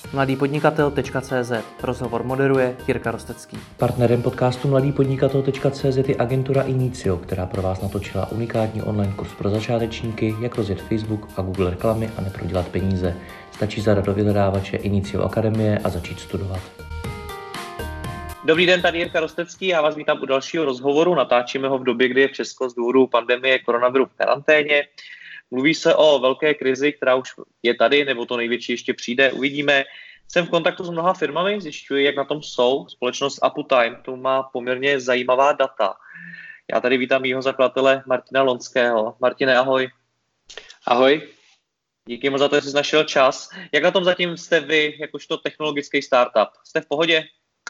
mladýpodnikatel.cz. Rozhovor moderuje Jirka Rostecký. Partnerem podcastu mladýpodnikatel.cz je agentura Inicio, která pro vás natočila unikátní online kurz pro začátečníky, jak rozjet Facebook a Google reklamy a neprodělat peníze. Stačí zadat do vyhledávače Inicio Akademie a začít studovat. Dobrý den, tady Jirka Rostecký, já vás vítám u dalšího rozhovoru. Natáčíme ho v době, kdy je Česko z důvodu pandemie koronaviru v karanténě. Mluví se o velké krizi, která už je tady, nebo to největší ještě přijde, uvidíme. Jsem v kontaktu s mnoha firmami, zjišťuji, jak na tom jsou. Společnost Uptime tu má poměrně zajímavá data. Já tady vítám mýho zakladatele Martina Lonského. Martine, ahoj. Ahoj. Díky moc za to, že jsi našel čas. Jak na tom zatím jste vy, jakožto technologický startup? Jste v pohodě?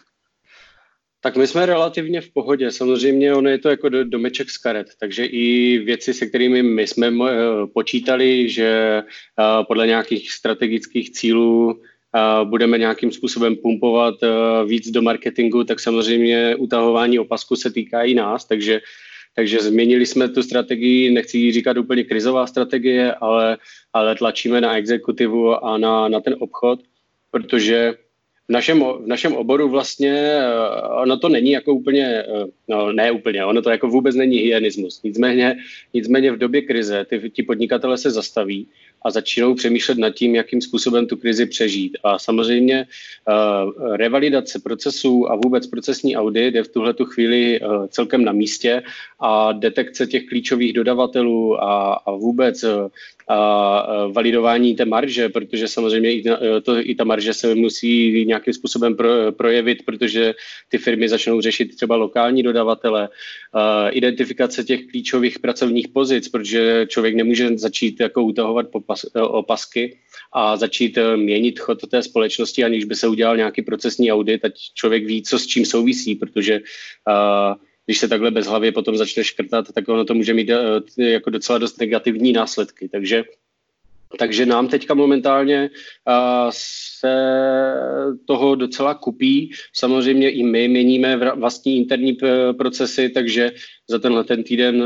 Tak my jsme relativně v pohodě. Samozřejmě ono je to jako domeček z karet, takže i věci, se kterými my jsme počítali, že podle nějakých strategických cílů budeme nějakým způsobem pumpovat víc do marketingu, tak samozřejmě utahování opasku se týká i nás, takže změnili jsme tu strategii, nechci říkat úplně krizová strategie, ale tlačíme na exekutivu a na ten obchod, protože v našem oboru vlastně ono to není jako úplně, no ne úplně, ono to jako vůbec není hygienismus. Nicméně v době krize ti podnikatelé se zastaví a začínou přemýšlet nad tím, jakým způsobem tu krizi přežít. A samozřejmě revalidace procesů a vůbec procesní audit je v tuhletu chvíli celkem na místě a detekce těch klíčových dodavatelů a vůbec validování té marže, protože samozřejmě i ta marže se musí nějakým způsobem projevit, protože ty firmy začnou řešit třeba lokální dodavatele, identifikace těch klíčových pracovních pozic, protože člověk nemůže začít jako utahovat opasky a začít měnit chod té společnosti, aniž by se udělal nějaký procesní audit, ať člověk ví, co s čím souvisí, protože když se takhle bezhlavě potom začne škrtat, tak ono to může mít jako docela dost negativní následky. Takže nám teďka momentálně se toho docela kupí. Samozřejmě i my měníme vlastní interní procesy, takže za tenhle ten týden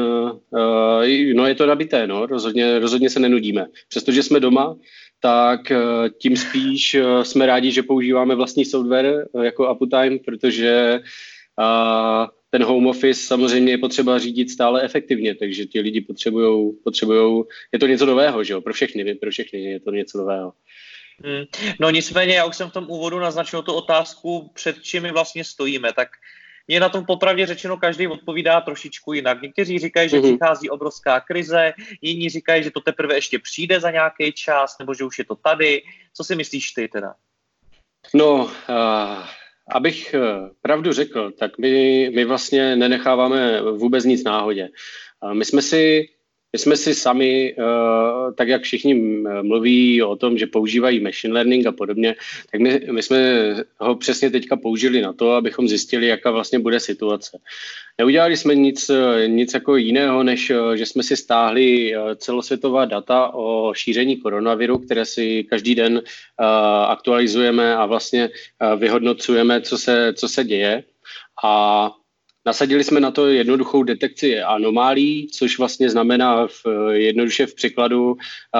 no je to nabité, no, rozhodně se nenudíme. Přestože jsme doma, tak tím spíš jsme rádi, že používáme vlastní software jako Uptime, protože ten home office samozřejmě je potřeba řídit stále efektivně, takže ti lidi potřebujou, je to něco nového, že jo, pro všechny je to něco nového. No nicméně, já už jsem v tom úvodu naznačil tu otázku, před čím my vlastně stojíme, tak mě na tom popravdě řečeno každý odpovídá trošičku jinak. Někteří říkají, že přichází obrovská krize, jiní říkají, že to teprve ještě přijde za nějaký čas, nebo že už je to tady. Co si myslíš ty teda? No, abych pravdu řekl, tak my vlastně nenecháváme vůbec nic náhodě. My jsme si sami, tak jak všichni mluví o tom, že používají machine learning a podobně, tak my jsme ho přesně teďka použili na to, abychom zjistili, jaká vlastně bude situace. Neudělali jsme nic jako jiného, než že jsme si stáhli celosvětová data o šíření koronaviru, které si každý den aktualizujeme a vlastně vyhodnocujeme, co se děje. A nasadili jsme na to jednoduchou detekci anomálií, což vlastně znamená jednoduše v překladu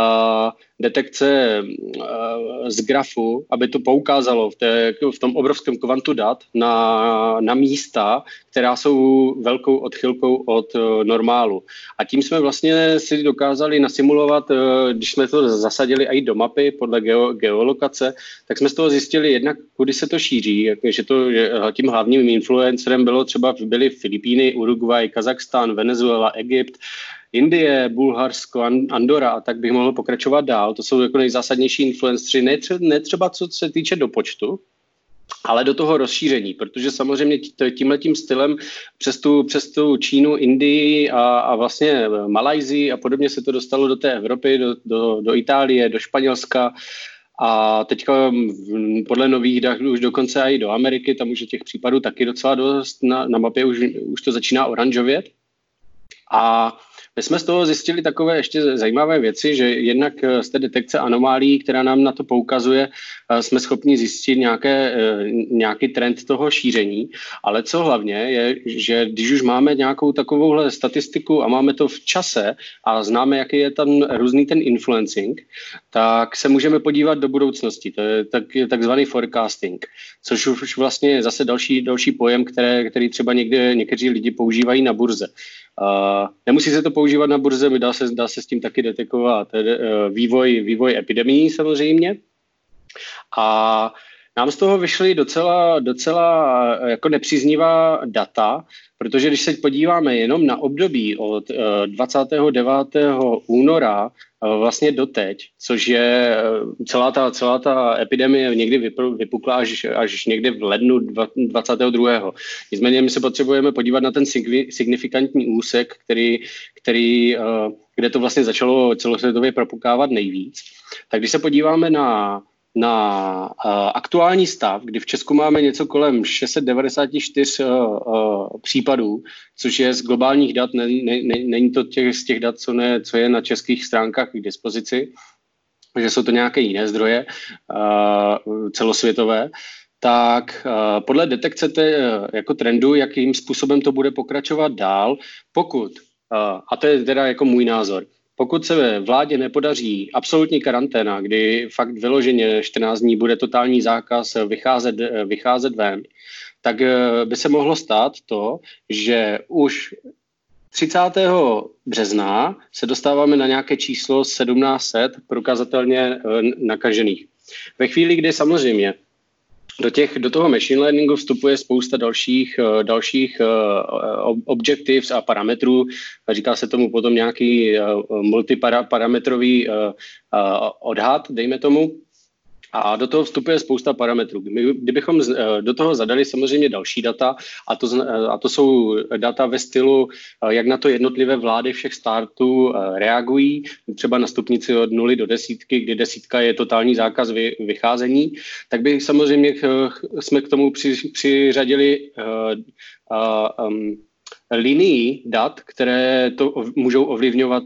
detekce z grafu, aby to poukázalo v tom obrovském kvantu dat na místa, která jsou velkou odchylkou od normálu. A tím jsme vlastně si dokázali nasimulovat, když jsme to zasadili i do mapy podle geolokace, tak jsme z toho zjistili jednak, kudy se to šíří, že tím hlavním influencerem byly Filipíny, Uruguay, Kazachstán, Venezuela, Egypt, Indie, Bulharsko, Andora a tak bych mohl pokračovat dál. To jsou jako nejzásadnější influenceři, ne třeba co se týče do počtu, ale do toho rozšíření, protože samozřejmě tímhletím stylem přes tu Čínu, Indii a vlastně Malajsii a podobně se to dostalo do té Evropy, do Itálie, do Španělska a teďka podle nových dat už dokonce i do Ameriky, tam už je těch případů taky docela dost, na mapě už to začíná oranžovět. A my jsme z toho zjistili takové ještě zajímavé věci, že jednak z té detekce anomálií, která nám na to poukazuje, jsme schopni zjistit nějaký trend toho šíření, ale co hlavně je, že když už máme nějakou takovouhle statistiku a máme to v čase a známe, jaký je tam různý ten influencing, tak se můžeme podívat do budoucnosti. To je takzvaný forecasting, což už vlastně je zase další pojem, který třeba někteří lidi používají na burze. Nemusí se to používat na burze, dá se s tím taky detekovat vývoj epidemií samozřejmě. A nám z toho vyšly docela jako nepříznivá data, protože když se podíváme jenom na období od 29. února vlastně doteď, což je celá ta epidemie někdy vypukla až někdy v lednu 22. Nicméně my se potřebujeme podívat na ten signifikantní úsek, kde to vlastně začalo celosvětově propukávat nejvíc. Tak když se podíváme na aktuální stav, kdy v Česku máme něco kolem 694 případů, což je z globálních dat, není to z těch dat, co je na českých stránkách k dispozici, že jsou to nějaké jiné zdroje celosvětové, tak podle detekce jako trendu, jakým způsobem to bude pokračovat dál, pokud, a to je teda jako můj názor, pokud se ve vládě nepodaří absolutní karanténa, kdy fakt vyloženě 14 dní bude totální zákaz vycházet ven, tak by se mohlo stát to, že už 30. března se dostáváme na nějaké číslo 1700 prokazatelně nakažených. Ve chvíli, kdy samozřejmě do toho machine learningu vstupuje spousta dalších objectives a parametrů. Říká se tomu potom nějaký multiparametrový odhad, dejme tomu. A do toho vstupuje spousta parametrů. Kdybychom do toho zadali samozřejmě další data, a to jsou data ve stylu, jak na to jednotlivé vlády všech států reagují, třeba na stupnici od 0 do 10, kdy 10 je totální zákaz vycházení, tak by samozřejmě jsme k tomu přiřadili linii dat, které to můžou ovlivňovat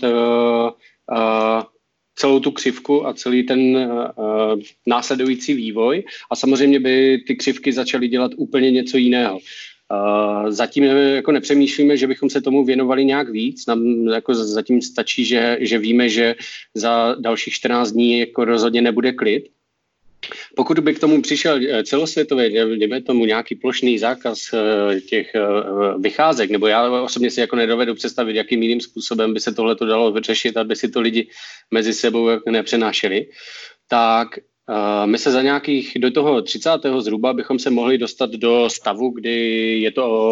celou tu křivku a celý ten následující vývoj a samozřejmě by ty křivky začaly dělat úplně něco jiného. Zatím jako nepřemýšlíme, že bychom se tomu věnovali nějak víc. Nám jako zatím stačí, že víme, že za dalších 14 dní jako rozhodně nebude klid. Pokud by k tomu přišel celosvětově, dejme tomu nějaký plošný zákaz těch vycházek, nebo já osobně si jako nedovedu představit, jakým jiným způsobem by se tohleto dalo vyřešit, aby si to lidi mezi sebou nepřenášeli, tak my se do toho 30. zhruba bychom se mohli dostat do stavu, kdy je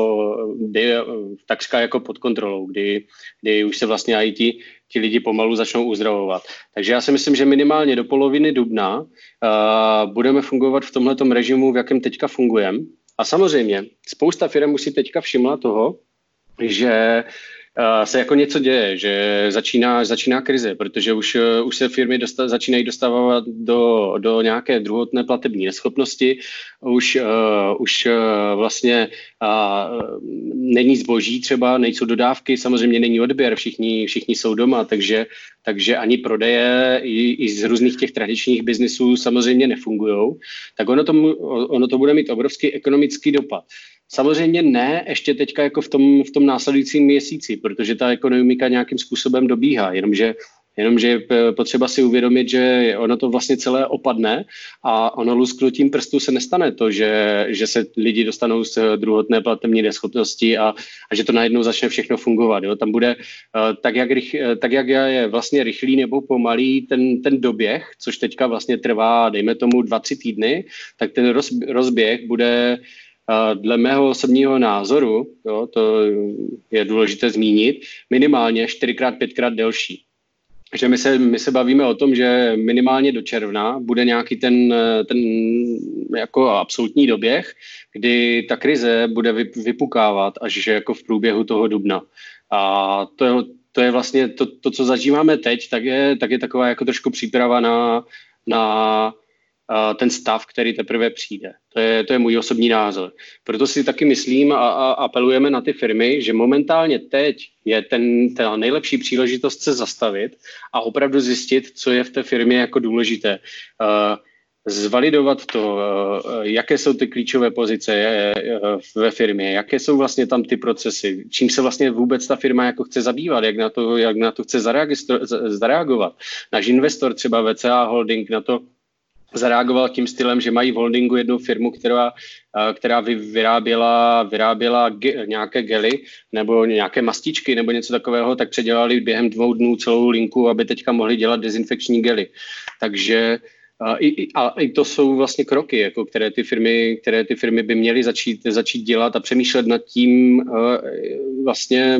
takřka jako pod kontrolou, kdy už se vlastně i ti lidi pomalu začnou uzdravovat. Takže já si myslím, že minimálně do poloviny dubna budeme fungovat v tomhletom režimu, v jakém teďka fungujeme. A samozřejmě spousta firm už si teďka všimla toho, že se jako něco děje, že začíná krize, protože už se firmy začínají dostávat do nějaké druhotné platební neschopnosti, už vlastně není zboží třeba, nejsou dodávky, samozřejmě není odběr, všichni jsou doma, takže ani prodeje i z různých těch tradičních biznisů samozřejmě nefungujou, tak ono to bude mít obrovský ekonomický dopad. Samozřejmě ne ještě teďka jako v tom následujícím měsíci, protože ta ekonomika nějakým způsobem dobíhá, jenomže je potřeba si uvědomit, že ono to vlastně celé opadne a ono lusknutím prstů se nestane to, že se lidi dostanou z druhotné platební neschopnosti a že to najednou začne všechno fungovat. Jo? Tam bude tak, jak je vlastně rychlý nebo pomalý ten doběh, což teďka vlastně trvá, dejme tomu 2-3 týdny, tak ten rozběh bude dle mého osobního názoru, jo, to je důležité zmínit, minimálně 4x, 5x delší. Že my se bavíme o tom, že minimálně do června bude nějaký ten jako absolutní doběh, kdy ta krize bude vypukávat až jako v průběhu toho dubna. A to je vlastně to, co zažíváme teď, tak je taková jako trošku příprava ten stav, který teprve přijde. To je můj osobní názor. Proto si taky myslím a apelujeme na ty firmy, že momentálně teď je ta nejlepší příležitost se zastavit a opravdu zjistit, co je v té firmě jako důležité. Zvalidovat to, jaké jsou ty klíčové pozice ve firmě, jaké jsou vlastně tam ty procesy, čím se vlastně vůbec ta firma jako chce zabývat, jak na to chce zareagovat. Náš investor, třeba VCA Holding, na to zareagoval tím stylem, že mají v holdingu jednu firmu, která vyráběla nějaké gely nebo nějaké mastičky nebo něco takového, tak předělali během 2 dnů celou linku, aby teďka mohli dělat dezinfekční gely. Takže i to jsou vlastně kroky, jako které ty firmy by měly začít dělat a přemýšlet nad tím vlastně,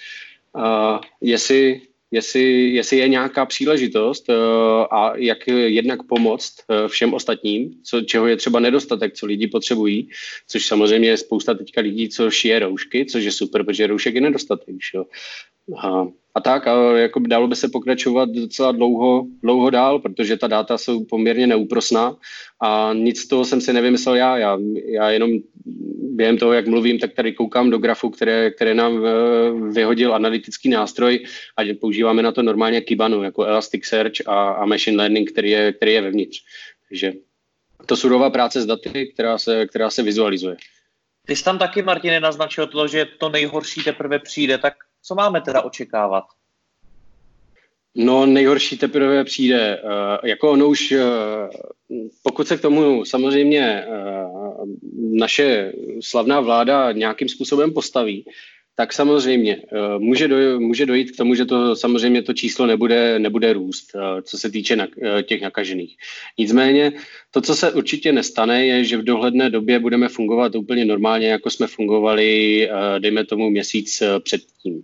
jestli je nějaká příležitost a jak jednak pomoct všem ostatním, čeho je třeba nedostatek, co lidi potřebují, což samozřejmě je spousta teďka lidí, co šije roušky, což je super, protože roušek je nedostatek. A tak, jako dalo by se pokračovat docela dlouho dál, protože ta data jsou poměrně neúprosná a nic z toho jsem si nevymyslel já jenom během toho, jak mluvím, tak tady koukám do grafu, které nám vyhodil analytický nástroj a používáme na to normálně Kibanu, jako Elasticsearch a machine learning, který je vevnitř. Takže to surová práce s daty, která se vizualizuje. Ty jsi tam taky, Martine, naznačil to, že to nejhorší teprve přijde, tak co máme teda očekávat? No, nejhorší teprve přijde. Jako ono už, pokud se k tomu samozřejmě naše slavná vláda nějakým způsobem postaví, tak samozřejmě může dojít k tomu, že to samozřejmě to číslo nebude růst, co se týče těch nakažených. Nicméně to, co se určitě nestane, je, že v dohledné době budeme fungovat úplně normálně, jako jsme fungovali, dejme tomu měsíc předtím.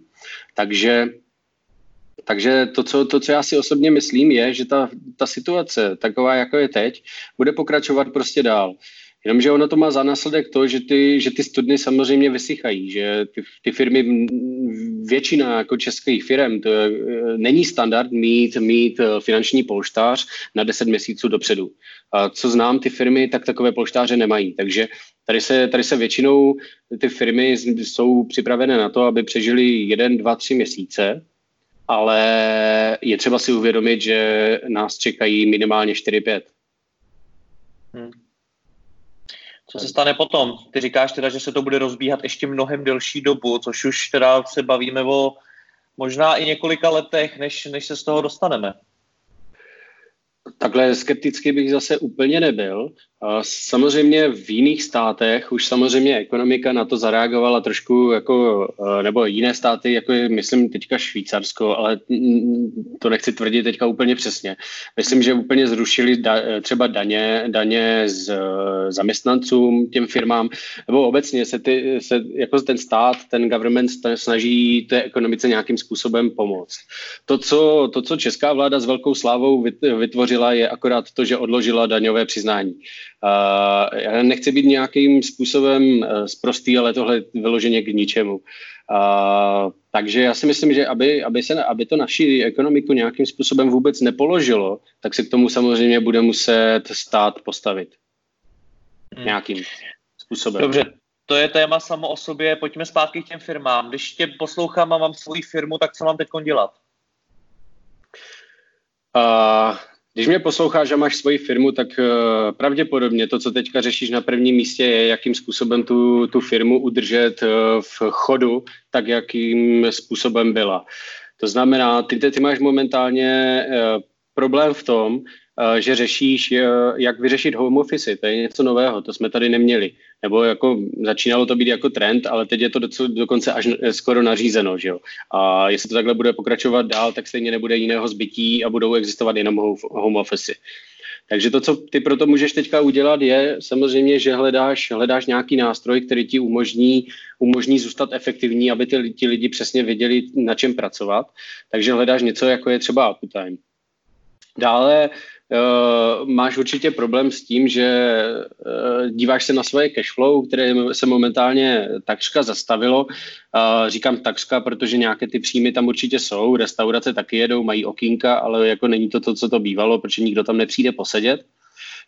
Takže to, co já si osobně myslím, je, že ta situace, taková, jako je teď, bude pokračovat prostě dál. Jenomže ono to má za následek to, že ty studny samozřejmě vysychají, že ty firmy, většina jako českých firm, to není standard mít finanční polštář na 10 měsíců dopředu. A co znám, ty firmy tak takové polštáře nemají, takže tady se většinou ty firmy jsou připravené na to, aby přežili 1, 2, 3 měsíce, ale je třeba si uvědomit, že nás čekají minimálně 4-5. Co se stane potom? Ty říkáš teda, že se to bude rozbíhat ještě mnohem delší dobu, což už teda se bavíme o možná i několika letech, než se z toho dostaneme. Takhle skepticky bych zase úplně nebyl. Samozřejmě v jiných státech už samozřejmě ekonomika na to zareagovala trošku jako, nebo jiné státy, jako je, myslím teďka Švýcarsko, ale to nechci tvrdit teďka úplně přesně. Myslím, že úplně zrušili třeba daně z zaměstnancům těm firmám, nebo obecně se jako ten stát, ten government snaží té ekonomice nějakým způsobem pomoct. To, co česká vláda s velkou slávou vytvořila, je akorát to, že odložila daňové přiznání. Já nechci být nějakým způsobem sprostý, ale tohle vyloženě k ničemu. Takže já si myslím, že aby to naši ekonomiku nějakým způsobem vůbec nepoložilo, tak se k tomu samozřejmě bude muset stát postavit. Nějakým způsobem. Dobře, to je téma samo o sobě. Pojďme zpátky k těm firmám. Když tě poslouchám a mám svoji firmu, tak co mám teď dělat? Když mě posloucháš a máš svoji firmu, tak pravděpodobně to, co teďka řešíš na prvním místě, je, jakým způsobem tu firmu udržet v chodu, tak jakým způsobem byla. To znamená, ty máš momentálně problém v tom, že řešíš, jak vyřešit home office. To je něco nového, to jsme tady neměli. Nebo jako začínalo to být jako trend, ale teď je to dokonce až skoro nařízeno. Že jo? A jestli to takhle bude pokračovat dál, tak stejně nebude jiného zbytí a budou existovat jenom home office. Takže to, co ty proto můžeš teďka udělat, je samozřejmě, že hledáš nějaký nástroj, který ti umožní zůstat efektivní, aby ti lidi přesně věděli, na čem pracovat. Takže hledáš něco, jako je třeba uptime. Dále máš určitě problém s tím, že díváš se na svoje cashflow, které se momentálně takřka zastavilo. Říkám takřka, protože nějaké ty příjmy tam určitě jsou, restaurace taky jedou, mají okýnka, ale jako není to, co to bývalo, protože nikdo tam nepřijde posedět.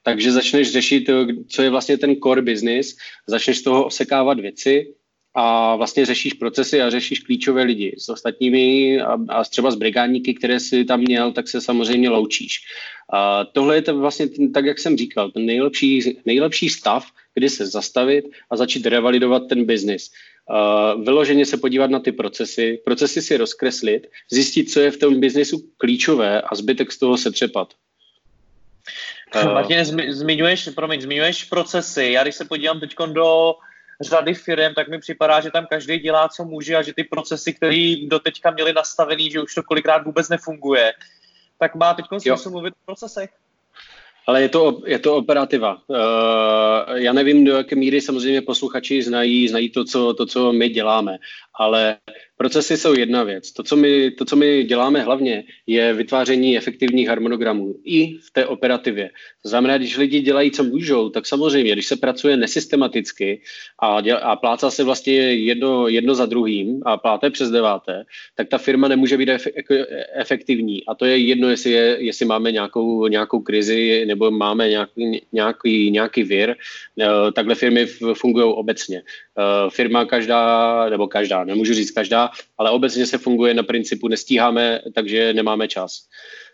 takže začneš řešit, co je vlastně ten core business, začneš z toho osekávat věci a vlastně řešíš procesy a řešíš klíčové lidi. S ostatními a třeba s brigádníky, které si tam měl, tak se samozřejmě loučíš. A tohle je to vlastně tak, jak jsem říkal, ten nejlepší stav, kdy se zastavit a začít revalidovat ten biznis. Vyloženě se podívat na ty procesy si rozkreslit, zjistit, co je v tom biznisu klíčové a zbytek z toho setřepat. Martin, zmiňuješ procesy. Já když se podívám teď do řady firm, tak mi připadá, že tam každý dělá, co může a že ty procesy, které doteďka měli nastavený, že už to kolikrát vůbec nefunguje, tak má teď smysl mluvit o procesech. Ale je to operativa. Já nevím, do jaké míry samozřejmě posluchači znají to, co my děláme, ale procesy jsou jedna věc. To, co my děláme hlavně, je vytváření efektivních harmonogramů i v té operativě. To znamená, když lidi dělají, co můžou, tak samozřejmě, když se pracuje nesystematicky a plácá se vlastně jedno za druhým a pláté přes deváté, tak ta firma nemůže být efektivní. A to je jedno, jestli máme nějakou krizi nebo máme nějaký vir. Takhle firmy fungují obecně. Firma každá, nemůžu říct každá, ale obecně se funguje na principu nestíháme, takže nemáme čas.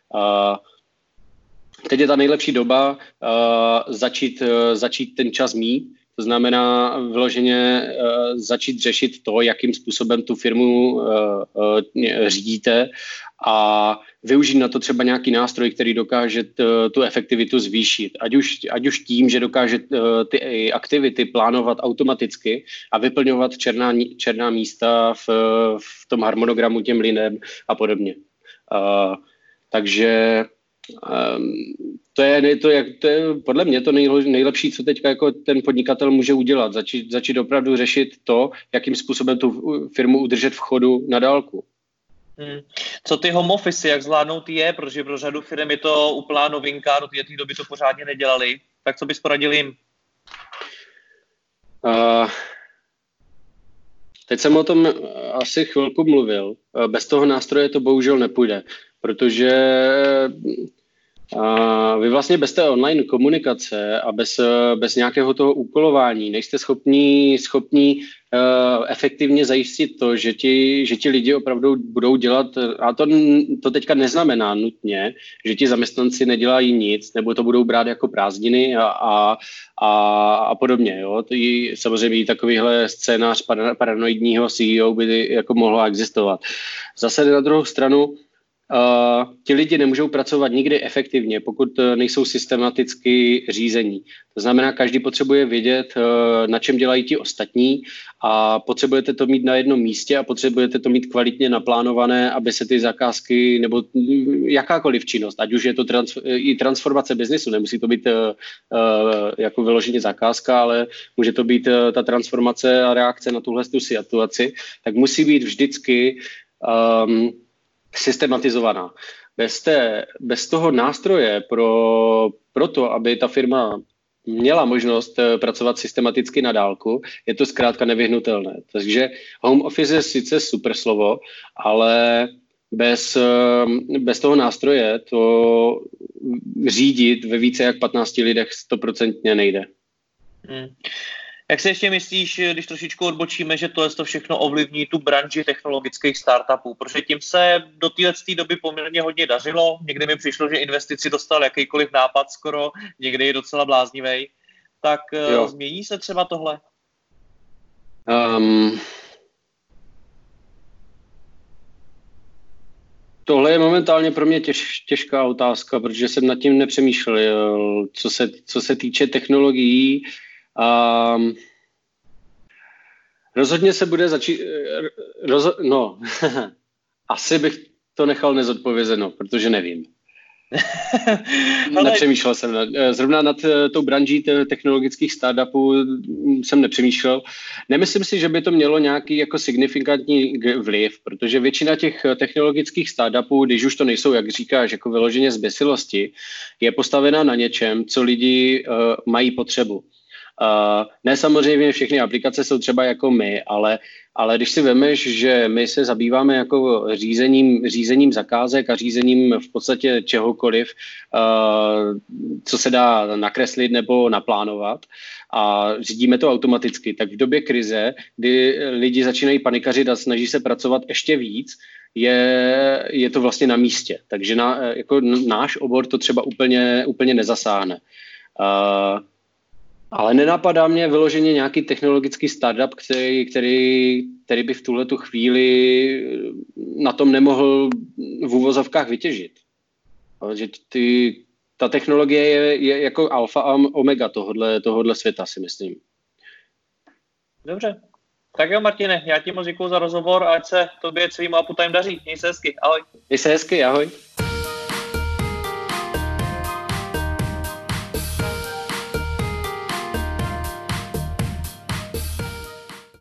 Teď je ta nejlepší doba začít ten čas mít, to znamená vyloženě začít řešit to, jakým způsobem tu firmu řídíte a využít na to třeba nějaký nástroj, který dokáže tu efektivitu zvýšit. Ať už tím, že dokáže ty aktivity plánovat automaticky a vyplňovat černá místa v tom harmonogramu těm lidem a podobně. Takže to je podle mě to nejlepší, co teďka jako ten podnikatel může udělat. Začít opravdu řešit to, jakým způsobem tu firmu udržet v chodu na dálku. Co ty home office, jak zvládnout je, protože pro řadu firm je to úplná novinka, do té doby to pořádně nedělali. Tak co bys poradil jim? Teď jsem o tom asi chvilku mluvil. Bez toho nástroje to bohužel nepůjde, protože vy vlastně bez té online komunikace a bez nějakého toho úkolování nejste schopní efektivně zajistit to, že ti lidi opravdu budou dělat, a to teďka neznamená nutně, že ti zaměstnanci nedělají nic, nebo to budou brát jako prázdniny a podobně. Jo? Samozřejmě takovýhle scénář paranoidního CEO by jako mohla existovat. Zase na druhou stranu, ti lidi nemůžou pracovat nikdy efektivně, pokud nejsou systematicky řízení. To znamená, každý potřebuje vědět, na čem dělají ti ostatní a potřebujete to mít na jednom místě a potřebujete to mít kvalitně naplánované, aby se ty zakázky nebo jakákoliv činnost, ať už je to i transformace biznisu, nemusí to být jako vyloženě zakázka, ale může to být ta transformace a reakce na tuhle situaci, tak musí být vždycky systematizovaná. Bez toho nástroje pro to, aby ta firma měla možnost pracovat systematicky na dálku, je to zkrátka nevyhnutelné. Takže home office je sice super slovo, ale bez toho nástroje to řídit ve více jak 15 lidech 100% nejde. Jak si ještě myslíš, když trošičku odbočíme, že to všechno ovlivní tu branži technologických startupů? Protože tím se do této doby poměrně hodně dařilo. Někdy mi přišlo, že investici dostal jakýkoliv nápad skoro, někdy je docela bláznivý. Tak změní se třeba tohle? Tohle je momentálně pro mě těžká otázka, protože jsem nad tím nepřemýšlel. Co se týče technologií, rozhodně se bude začít... asi bych to nechal nezodpovězeno, protože nevím. Nepřemýšlel jsem. Zrovna nad tou branží technologických startupů jsem nepřemýšlel. Nemyslím si, že by to mělo nějaký jako signifikantní vliv, protože většina těch technologických startupů, když už to nejsou, jak říkáš, jako vyloženě z běsilosti, je postavená na něčem, co lidi mají potřebu. Ne samozřejmě všechny aplikace jsou třeba jako my, ale když si vemeš, že my se zabýváme jako řízením zakázek a řízením v podstatě čehokoliv, co se dá nakreslit nebo naplánovat a řídíme to automaticky, tak v době krize, kdy lidi začínají panikařit a snaží se pracovat ještě víc, je to vlastně na místě. Takže jako náš obor to třeba úplně nezasáhne. Ale nenapadá mě vyloženě nějaký technologický startup, který by v tuhletu chvíli na tom nemohl v uvozovkách vytěžit. Že ta technologie je jako alfa a omega tohodle světa, si myslím. Dobře. Tak jo, Martine, já ti moc děkuju za rozhovor a ať se tobě celým Uptime daří. Měj se hezky, ahoj. Měj se hezky, ahoj.